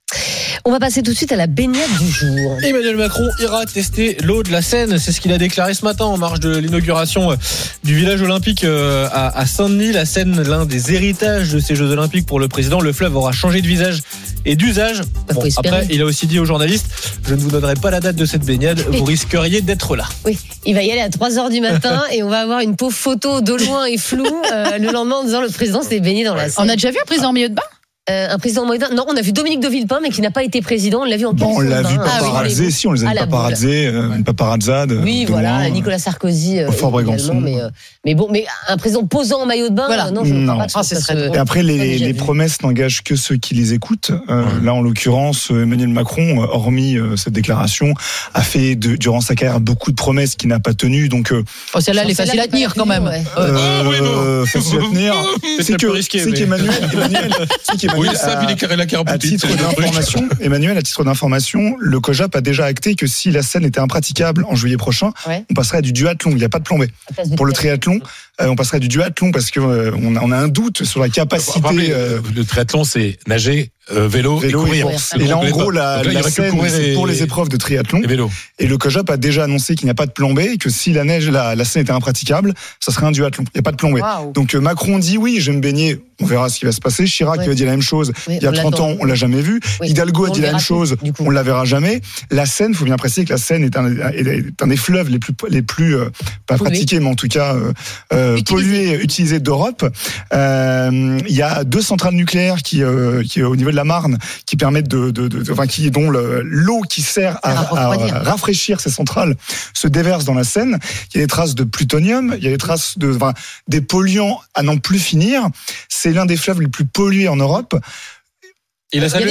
On va passer tout de suite à la baignade du jour. Emmanuel Macron ira tester l'eau de la Seine. C'est ce qu'il a déclaré ce matin en marge de l'inauguration du village olympique à Saint-Denis. La Seine, l'un des héritages de ces Jeux olympiques pour le président. Le fleuve aura changé de visage et d'usage. Bon, après, il a aussi dit aux journalistes, je ne vous donnerai pas la date de cette baignade, vous risqueriez d'être là. Oui, il va y aller à 3h du matin et on va avoir une pauvre photo de loin et floue le lendemain en disant le président s'est baigné dans la Seine. On a déjà vu un président en milieu de bain ? Un président moyen. Non, on a vu Dominique de Villepin, mais qui n'a pas été président. On l'a vu en on l'a vu paparazzé, si on les a vu paparazzé, une paparazzade. Oui, voilà, Nicolas Sarkozy également, mais bon, mais un président posant en maillot de bain, voilà. Non, je ne crois pas que Et après, les promesses n'engagent que ceux qui les écoutent. Là, en l'occurrence, Emmanuel Macron, hormis cette déclaration, a fait durant sa carrière beaucoup de promesses qu'il n'a pas tenues. Donc, celle-là, elle est facile à tenir quand même. Facile à tenir. C'est qu'Emmanuel oui, ça, il est carré la Emmanuel, à titre d'information, le COJAP a déjà acté que si la Seine était impraticable en juillet prochain, on passerait à du duathlon. Il n'y a pas de plan B. Pour le triathlon, on passerait à du duathlon parce que on a un doute sur la capacité. Le triathlon, c'est nager, vélo et courir. Et là, en gros, la Seine, c'est pour les épreuves de triathlon. Et le COJAP a déjà annoncé qu'il n'y a pas de plan B et que si la Seine était impraticable, ça serait un duathlon. Il n'y a pas de plan B. Wow. Donc Macron dit oui, je vais me baigner. On verra ce qui va se passer. Chirac a dit la même chose il y a 30 ans, on l'a jamais vu. Hidalgo a dit la même chose, on la verra jamais. La Seine, faut bien préciser que la Seine est un des fleuves les plus pas pratiqués, mais en tout cas pollués, utilisés d'Europe. Il y a 2 centrales nucléaires qui au niveau de la Marne, qui permettent dont l'eau qui sert à rafraîchir ces centrales se déverse dans la Seine. Il y a des traces de plutonium, il y a des traces des polluants à n'en plus finir. C'est l'un des fleuves les plus pollués en Europe. Il y a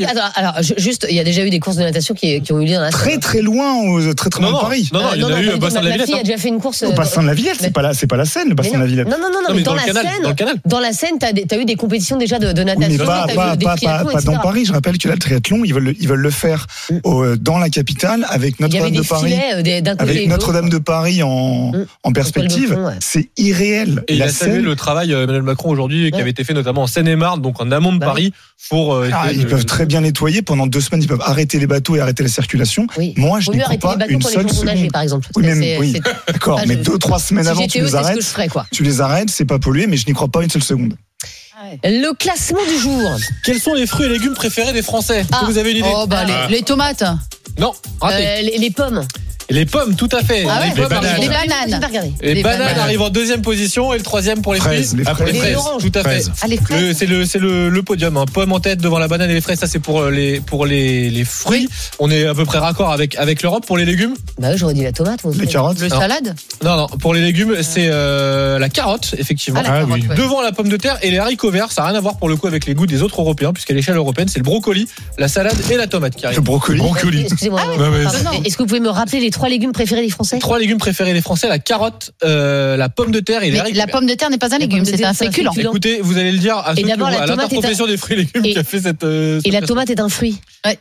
déjà eu des courses de natation qui ont eu lieu dans la Seine. Très loin de Paris. Non, il y en a eu au bassin de la Villette. Ma fille a déjà fait une course. Au bassin de la Villette, c'est pas la Seine, le bassin de la Villette. Non, mais dans le canal. Dans la Seine, t'as eu des compétitions déjà de natation. Oui, mais pas dans Paris. Je rappelle que là, le triathlon, ils veulent le faire dans la capitale avec Notre-Dame de Paris. Avec Notre-Dame de Paris en perspective. C'est irréel. Et il a salué le travail Emmanuel Macron aujourd'hui qui avait été fait notamment en Seine-et-Marne, donc en amont de Paris, pour. Ils peuvent très bien nettoyer pendant 2 semaines. Ils peuvent arrêter les bateaux et arrêter la circulation. Oui. Moi, je n'y crois pas une seule seconde. Par exemple. Oui, d'accord. Mais 2-3 semaines avant, tu les arrêtes. Tu les arrêtes, c'est pas pollué, mais je n'y crois pas une seule seconde. Le classement du jour. Quels sont les fruits et légumes préférés des Français? Est-ce que vous avez une idée? Les tomates. Non, raté. Les pommes. Les pommes, tout à fait. Les bananes. Les bananes arrivent en 2e position et le 3e pour les fraises. Après les fraises, tout à fait. Les fraises. C'est le podium. Pomme en tête devant la banane et les fraises. Ça c'est pour les fruits. On est à peu près raccord avec l'Europe. Pour les légumes. Bah oui, j'aurais dit la tomate. Les carottes. Le salade. Non. Pour les légumes, c'est la carotte effectivement. Oui. Devant la pomme de terre et les haricots verts. Ça n'a rien à voir pour le coup avec les goûts des autres Européens, puisqu'à l'échelle européenne, c'est le brocoli, la salade et la tomate qui arrivent. Le brocoli. Excusez-moi. Est-ce que vous pouvez me rappeler les 3 légumes préférés des Français? 3 légumes préférés des Français, la carotte, la pomme de terre et les haricots. La pomme de terre n'est pas un légume, c'est un féculent. Écoutez, vous allez le dire à ceux qui ont à l'interprofession des fruits et légumes qui a fait cette. Et la tomate est un fruit. Ouais.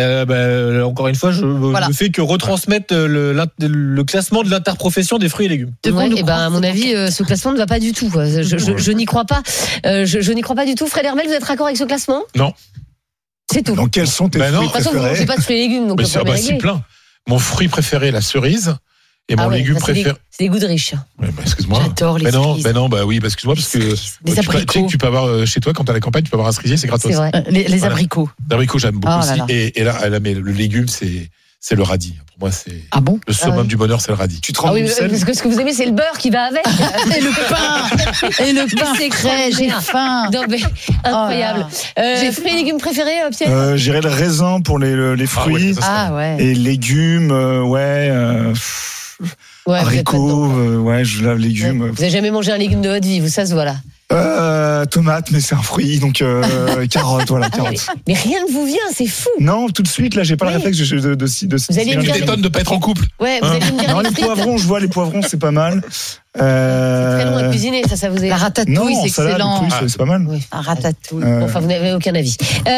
Encore une fois, je ne fais que retransmettre le classement de l'interprofession des fruits et légumes. À mon avis, ce classement ne va pas du tout. Je n'y crois pas. Je n'y crois pas du tout. Fred Hermel, vous êtes d'accord avec ce classement? Non. C'est tout. Donc quels sont tes fruits préférés? De toute façon, je pas de fruits et légumes, donc c'est plein. Mon fruit préféré, la cerise. Et mon légume préféré. C'est des goûts de riches. Excuse-moi. J'adore les cerises. Excuse-moi, parce que tu peux avoir chez toi, quand t'as la campagne, tu peux avoir un cerisier, c'est gratos. C'est vrai. Les abricots. Les abricots, j'aime beaucoup aussi. Et là, mais le légume, c'est le radis. Pour moi, c'est le summum du bonheur, c'est le radis. Tu te rends parce que ce que vous aimez, c'est le beurre qui va avec. Et le pain. C'est frais, j'ai faim. Non, mais incroyable. Fruits et légumes préférés, Pierre? J'irais le raisin pour les fruits. Et légumes, haricots, je lave légumes. Vous n'avez jamais mangé un légume de votre vie, ça se voit là. Tomate, mais c'est un fruit, donc carotte, carotte. Mais rien ne vous vient, c'est fou. Non, tout de suite, là, j'ai pas le réflexe de Vous allez me dire. Tu t'étonnes de pas être en couple. Ouais, vous allez me dire. Non, les poivrons, je vois les poivrons, c'est pas mal. C'est très long à cuisiner, ça vous est. La ratatouille, c'est excellent. C'est pas mal. Oui. Un ratatouille. Enfin, vous n'avez aucun avis.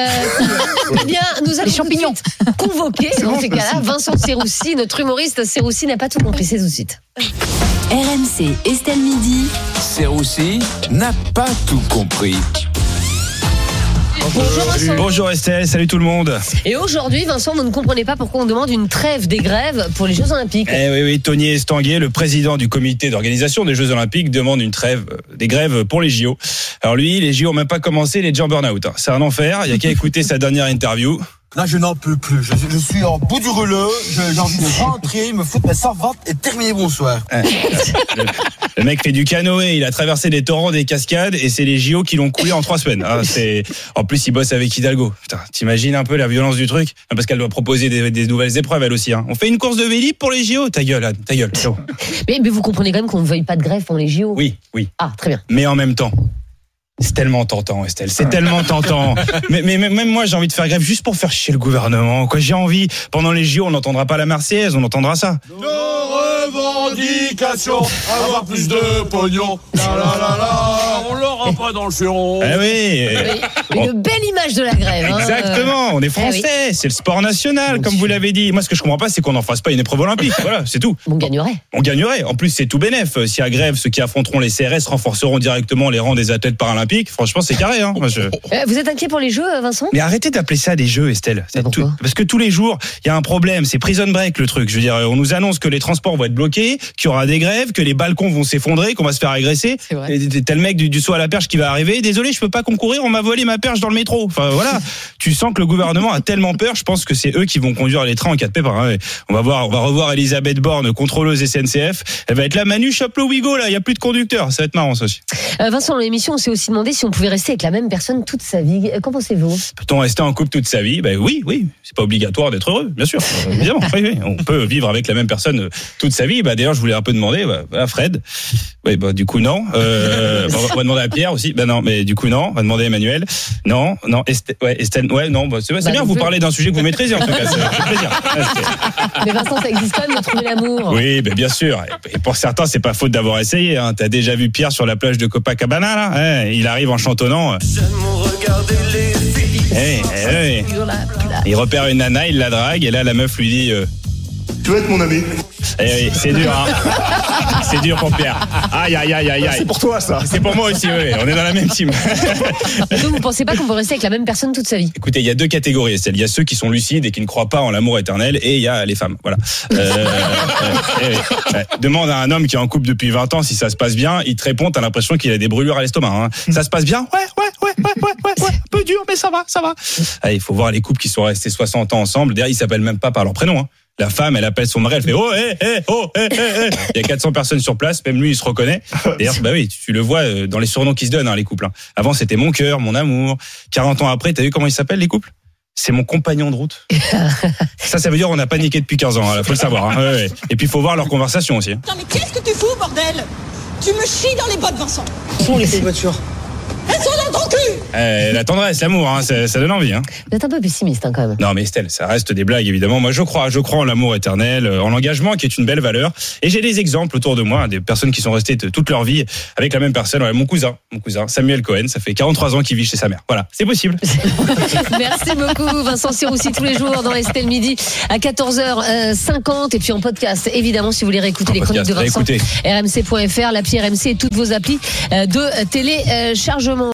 Eh bien, nous allons les champignons convoquer dans ces cas-là Vincent Serroussi, notre humoriste. Serroussi n'a pas tout compris, c'est tout de suite. RMC, Estelle Midi. Serroussi n'a pas tout compris. Bonjour Vincent. Bonjour Estelle, salut tout le monde. Et aujourd'hui, Vincent, vous ne comprenez pas pourquoi on demande une trêve des grèves pour les Jeux Olympiques. Oui, Tony Estanguet, le président du comité d'organisation des Jeux Olympiques, demande une trêve des grèves pour les JO. Alors lui, les JO n'ont même pas commencé, il est déjà en burn-out. C'est un enfer, il n'y a qu'à écouter sa dernière interview. Là, je n'en peux plus. Je suis en bout du rouleau. J'ai envie de rentrer, me foutre mes savates et terminer bonsoir. Le mec fait du canoë, il a traversé des torrents, des cascades, et c'est les JO qui l'ont coulé en 3 semaines. En plus, il bosse avec Hidalgo. Putain, t'imagines un peu la violence du truc? Parce qu'elle doit proposer des nouvelles épreuves, elle aussi. On fait une course de vélib pour les JO? Ta gueule, Anne, ta gueule. Mais vous comprenez quand même qu'on ne veuille pas de grève pour les JO? Oui. Ah, très bien. Mais en même temps, c'est tellement tentant, Estelle. C'est tellement tentant. Mais même moi, j'ai envie de faire grève juste pour faire chier le gouvernement. J'ai envie. Pendant les JO, on n'entendra pas la Marseillaise, on entendra ça. Nos revendications, avoir plus de pognon. On l'aura pas dans le fion. Une belle image de la grève. Exactement. On est français. C'est le sport national, comme vous l'avez dit. Moi, ce que je comprends pas, c'est qu'on n'en fasse pas une épreuve olympique. Voilà, c'est tout. On gagnerait. On gagnerait. En plus, c'est tout bénef. S'il y a grève, ceux qui affronteront les CRS renforceront directement les rangs des athlètes paralympiques. Franchement, c'est carré. Vous êtes inquiet pour les Jeux, Vincent? Mais arrêtez d'appeler ça des Jeux, Estelle. Parce que tous les jours, il y a un problème. C'est prison break, le truc. Je veux dire, on nous annonce que les transports vont être bloqués, qu'il y aura des grèves, que les balcons vont s'effondrer, qu'on va se faire agresser. T'as le mec du saut à la perche qui va arriver. Désolé, je peux pas concourir. On m'a volé ma perche dans le métro. Enfin voilà. Tu sens que le gouvernement a tellement peur. Je pense que c'est eux qui vont conduire les trains en cas de pépin. On va revoir Elisabeth Borne, contrôleuse SNCF. Elle va être là. Manu, chope le Ouigo, là. Il y a plus de conducteurs. Ça va être marrant, ça aussi. Vincent, l'émission, c'est aussi demandé si on pouvait rester avec la même personne toute sa vie. Qu'en pensez-vous? Peut-on rester en couple toute sa vie? Ben oui, c'est pas obligatoire d'être heureux, bien sûr. Évidemment, oui. On peut vivre avec la même personne toute sa vie. D'ailleurs, je voulais un peu demander à Fred. Oui, du coup non. On va demander à Pierre aussi. Non, mais du coup non. On va demander à Emmanuel. Non. Estelle. Ouais, non. C'est bien. Vous parlez d'un sujet que vous maîtrisez en tout cas. Ça fait plaisir. Mais Vincent, ça existe quand même de trouver l'amour. Oui, bien sûr. Et pour certains, c'est pas faute d'avoir essayé. Hein. T'as déjà vu Pierre sur la plage de Copacabana là? Il arrive en chantonnant. Il repère une nana, il la drague, et là la meuf lui dit tu veux être mon ami? Oui, c'est dur, hein. C'est dur pour Pierre. Aïe. C'est pour toi, ça. C'est pour moi aussi, oui. On est dans la même team. Donc, vous pensez pas qu'on peut rester avec la même personne toute sa vie? Écoutez, il y a deux catégories, Estelle. Il y a ceux qui sont lucides et qui ne croient pas en l'amour éternel, et il y a les femmes. Voilà. Demande à un homme qui est en couple depuis 20 ans si ça se passe bien, il te répond, t'as l'impression qu'il a des brûlures à l'estomac. Hein. Ça se passe bien? Ouais. Un peu dur, mais ça va. Il faut voir les couples qui sont restés 60 ans ensemble. D'ailleurs, ils s'appellent même pas par leur prénom. Hein. La femme, elle appelle son mari, elle fait oh, Il y a 400 personnes sur place, même lui, il se reconnaît. D'ailleurs, tu le vois dans les surnoms qui se donnent, hein, les couples. Hein. Avant, c'était mon cœur, mon amour. 40 ans après, t'as vu comment ils s'appellent, les couples? C'est mon compagnon de route. Ça veut dire on n'a pas niqué depuis 15 ans, hein, faut le savoir. Hein. Ouais. Et puis, il faut voir leur conversation aussi. Putain, mais qu'est-ce que tu fous, bordel? Tu me chies dans les bottes, Vincent. Où sont les voitures? Elles sont dans ton cul. La tendresse, l'amour, hein, ça donne envie. Hein. Vous êtes un peu pessimiste quand même. Non mais Estelle, ça reste des blagues évidemment. Moi je crois en l'amour éternel, en l'engagement qui est une belle valeur. Et j'ai des exemples autour de moi, des personnes qui sont restées toute leur vie avec la même personne. Ouais, mon cousin Samuel Cohen, ça fait 43 ans qu'il vit chez sa mère. Voilà, c'est possible. Merci beaucoup Vincent Siroussi, tous les jours dans Estelle Midi à 14h50 et puis en podcast évidemment si vous voulez réécouter les chroniques de Vincent. RMC.fr, l'appli RMC et toutes vos applis de téléchargement.